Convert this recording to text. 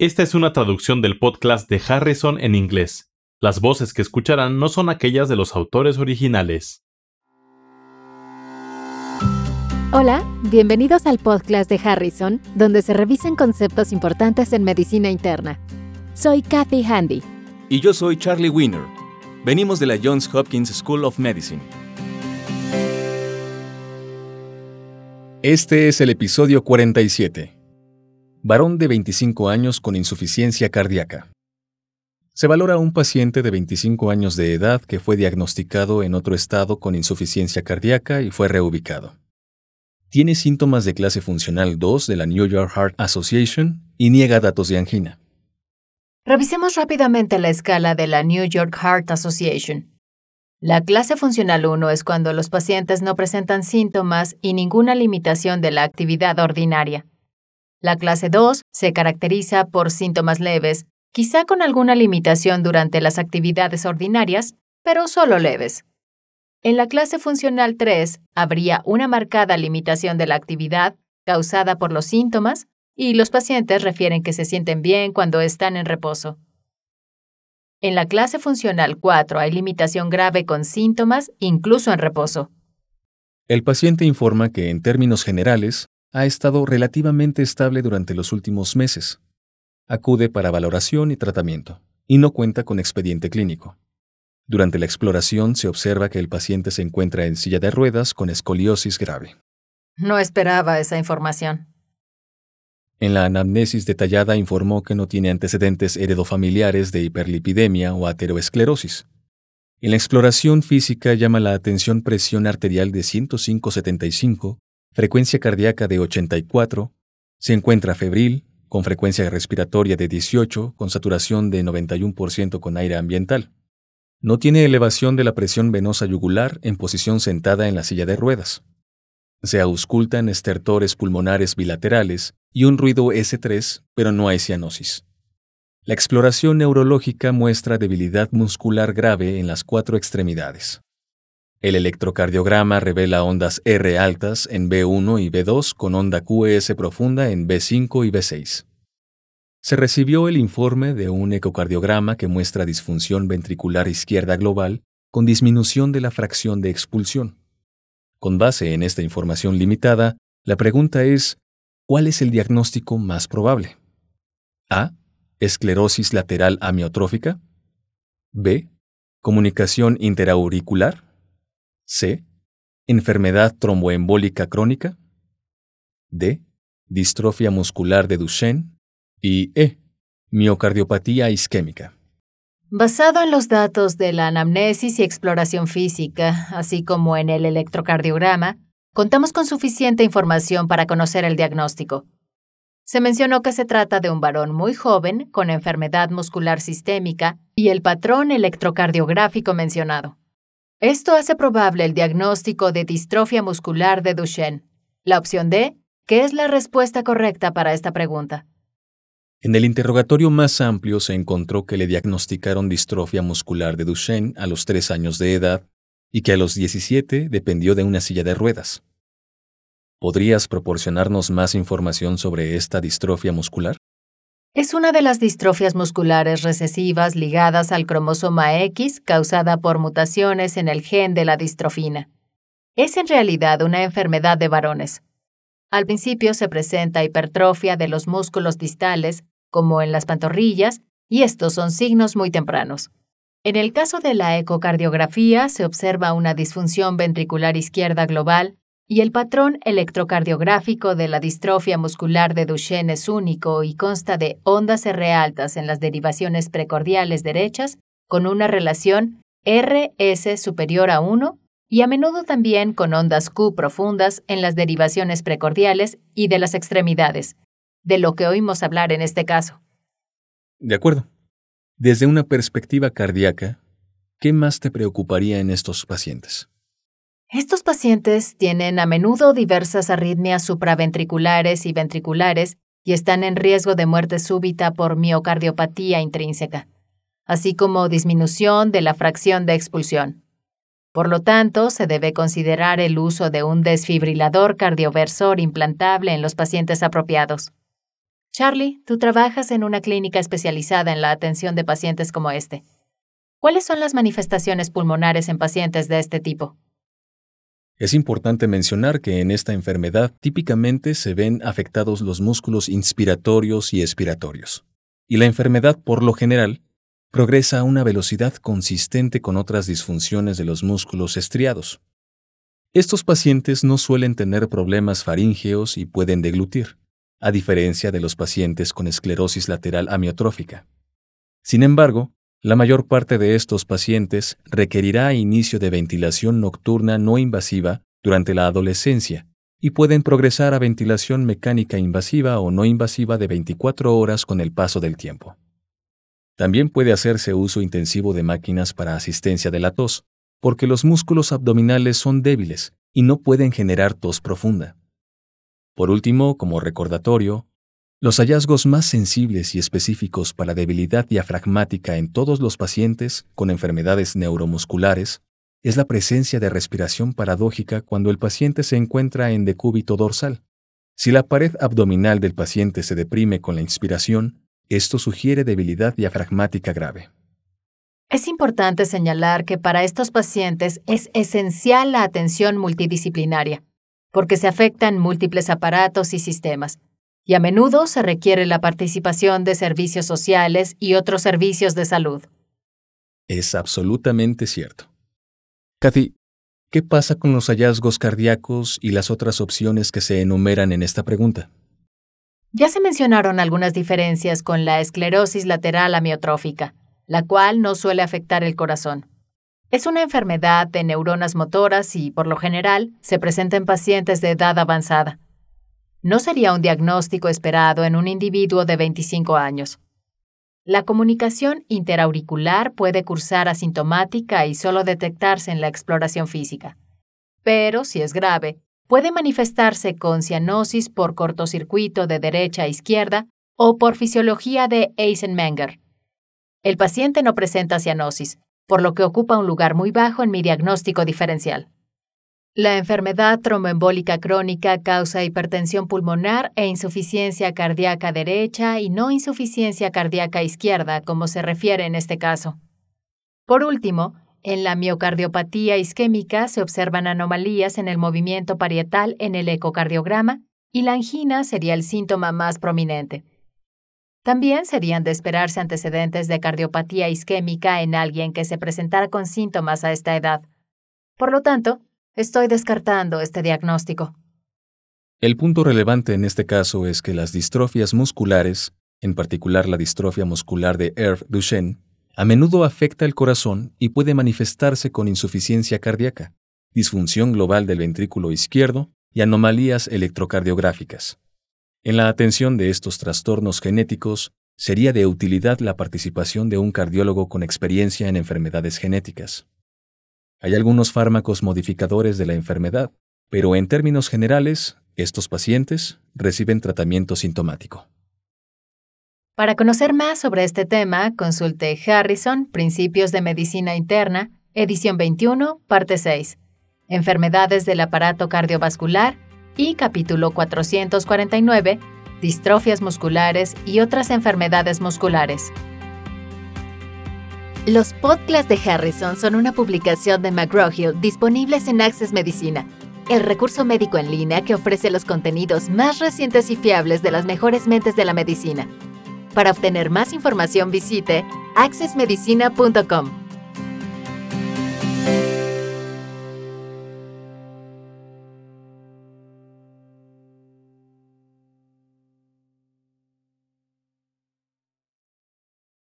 Esta es una traducción del podcast de Harrison en inglés. Las voces que escucharán no son aquellas de los autores originales. Hola, bienvenidos al podcast de Harrison, donde se revisan conceptos importantes en medicina interna. Soy Kathy Handy. Y yo soy Charlie Wiener. Venimos de la Johns Hopkins School of Medicine. Este es el episodio 47. Varón de 25 años con insuficiencia cardíaca. Se valora a un paciente de 25 años de edad que fue diagnosticado en otro estado con insuficiencia cardíaca y fue reubicado. Tiene síntomas de clase funcional 2 de la New York Heart Association y niega datos de angina. Revisemos rápidamente la escala de la New York Heart Association. La clase funcional 1 es cuando los pacientes no presentan síntomas y ninguna limitación de la actividad ordinaria. La clase 2 se caracteriza por síntomas leves, quizá con alguna limitación durante las actividades ordinarias, pero solo leves. En la clase funcional 3 habría una marcada limitación de la actividad causada por los síntomas y los pacientes refieren que se sienten bien cuando están en reposo. En la clase funcional 4 hay limitación grave con síntomas incluso en reposo. El paciente informa que, en términos generales, ha estado relativamente estable durante los últimos meses. Acude para valoración y tratamiento, y no cuenta con expediente clínico. Durante la exploración se observa que el paciente se encuentra en silla de ruedas con escoliosis grave. No esperaba esa información. En la anamnesis detallada informó que no tiene antecedentes heredofamiliares de hiperlipidemia o ateroesclerosis. En la exploración física llama la atención presión arterial de 105/75, frecuencia cardíaca de 84, se encuentra febril, con frecuencia respiratoria de 18, con saturación de 91% con aire ambiental. No tiene elevación de la presión venosa yugular en posición sentada en la silla de ruedas. Se auscultan estertores pulmonares bilaterales y un ruido S3, pero no hay cianosis. La exploración neurológica muestra debilidad muscular grave en las 4 extremidades. El electrocardiograma revela ondas R altas en B1 y B2 con onda QES profunda en B5 y B6. Se recibió el informe de un ecocardiograma que muestra disfunción ventricular izquierda global con disminución de la fracción de expulsión. Con base en esta información limitada, la pregunta es, ¿cuál es el diagnóstico más probable? A. Esclerosis lateral amiotrófica. B. Comunicación interauricular. C. Enfermedad tromboembólica crónica. D. Distrofia muscular de Duchenne. Y E. Miocardiopatía isquémica. Basado en los datos de la anamnesis y exploración física, así como en el electrocardiograma, contamos con suficiente información para conocer el diagnóstico. Se mencionó que se trata de un varón muy joven con enfermedad muscular sistémica y el patrón electrocardiográfico mencionado. Esto hace probable el diagnóstico de distrofia muscular de Duchenne. La opción D, que es la respuesta correcta para esta pregunta. En el interrogatorio más amplio se encontró que le diagnosticaron distrofia muscular de Duchenne a los 3 años de edad y que a los 17 dependió de una silla de ruedas. ¿Podrías proporcionarnos más información sobre esta distrofia muscular? Es una de las distrofias musculares recesivas ligadas al cromosoma X causada por mutaciones en el gen de la distrofina. Es en realidad una enfermedad de varones. Al principio se presenta hipertrofia de los músculos distales, como en las pantorrillas, y estos son signos muy tempranos. En el caso de la ecocardiografía se observa una disfunción ventricular izquierda global y el patrón electrocardiográfico de la distrofia muscular de Duchenne es único y consta de ondas R altas en las derivaciones precordiales derechas con una relación RS superior a 1 y a menudo también con ondas Q profundas en las derivaciones precordiales y de las extremidades, de lo que oímos hablar en este caso. De acuerdo. Desde una perspectiva cardíaca, ¿qué más te preocuparía en estos pacientes? Estos pacientes tienen a menudo diversas arritmias supraventriculares y ventriculares y están en riesgo de muerte súbita por miocardiopatía intrínseca, así como disminución de la fracción de expulsión. Por lo tanto, se debe considerar el uso de un desfibrilador cardioversor implantable en los pacientes apropiados. Charlie, tú trabajas en una clínica especializada en la atención de pacientes como este. ¿Cuáles son las manifestaciones pulmonares en pacientes de este tipo? Es importante mencionar que en esta enfermedad típicamente se ven afectados los músculos inspiratorios y expiratorios, y la enfermedad, por lo general, progresa a una velocidad consistente con otras disfunciones de los músculos estriados. Estos pacientes no suelen tener problemas faríngeos y pueden deglutir, a diferencia de los pacientes con esclerosis lateral amiotrófica. Sin embargo, la mayor parte de estos pacientes requerirá inicio de ventilación nocturna no invasiva durante la adolescencia y pueden progresar a ventilación mecánica invasiva o no invasiva de 24 horas con el paso del tiempo. También puede hacerse uso intensivo de máquinas para asistencia de la tos, porque los músculos abdominales son débiles y no pueden generar tos profunda. Por último, como recordatorio, los hallazgos más sensibles y específicos para debilidad diafragmática en todos los pacientes con enfermedades neuromusculares es la presencia de respiración paradójica cuando el paciente se encuentra en decúbito dorsal. Si la pared abdominal del paciente se deprime con la inspiración, esto sugiere debilidad diafragmática grave. Es importante señalar que para estos pacientes es esencial la atención multidisciplinaria, porque se afectan múltiples aparatos y sistemas, y a menudo se requiere la participación de servicios sociales y otros servicios de salud. Es absolutamente cierto. Kathy, ¿qué pasa con los hallazgos cardíacos y las otras opciones que se enumeran en esta pregunta? Ya se mencionaron algunas diferencias con la esclerosis lateral amiotrófica, la cual no suele afectar el corazón. Es una enfermedad de neuronas motoras y, por lo general, se presenta en pacientes de edad avanzada. No sería un diagnóstico esperado en un individuo de 25 años. La comunicación interauricular puede cursar asintomática y solo detectarse en la exploración física. Pero, si es grave, puede manifestarse con cianosis por cortocircuito de derecha a izquierda o por fisiología de Eisenmenger. El paciente no presenta cianosis, por lo que ocupa un lugar muy bajo en mi diagnóstico diferencial. La enfermedad tromboembólica crónica causa hipertensión pulmonar e insuficiencia cardíaca derecha y no insuficiencia cardíaca izquierda, como se refiere en este caso. Por último, en la miocardiopatía isquémica se observan anomalías en el movimiento parietal en el ecocardiograma y la angina sería el síntoma más prominente. También serían de esperarse antecedentes de cardiopatía isquémica en alguien que se presentara con síntomas a esta edad. Por lo tanto, estoy descartando este diagnóstico. El punto relevante en este caso es que las distrofias musculares, en particular la distrofia muscular de Herve-Duchenne, a menudo afecta el corazón y puede manifestarse con insuficiencia cardíaca, disfunción global del ventrículo izquierdo y anomalías electrocardiográficas. En la atención de estos trastornos genéticos, sería de utilidad la participación de un cardiólogo con experiencia en enfermedades genéticas. Hay algunos fármacos modificadores de la enfermedad, pero en términos generales, estos pacientes reciben tratamiento sintomático. Para conocer más sobre este tema, consulte Harrison, Principios de Medicina Interna, edición 21, parte 6, Enfermedades del aparato cardiovascular, y capítulo 449, Distrofias musculares y otras enfermedades musculares. Los podcasts de Harrison son una publicación de McGraw-Hill disponibles en Access Medicina, el recurso médico en línea que ofrece los contenidos más recientes y fiables de las mejores mentes de la medicina. Para obtener más información visite accessmedicina.com.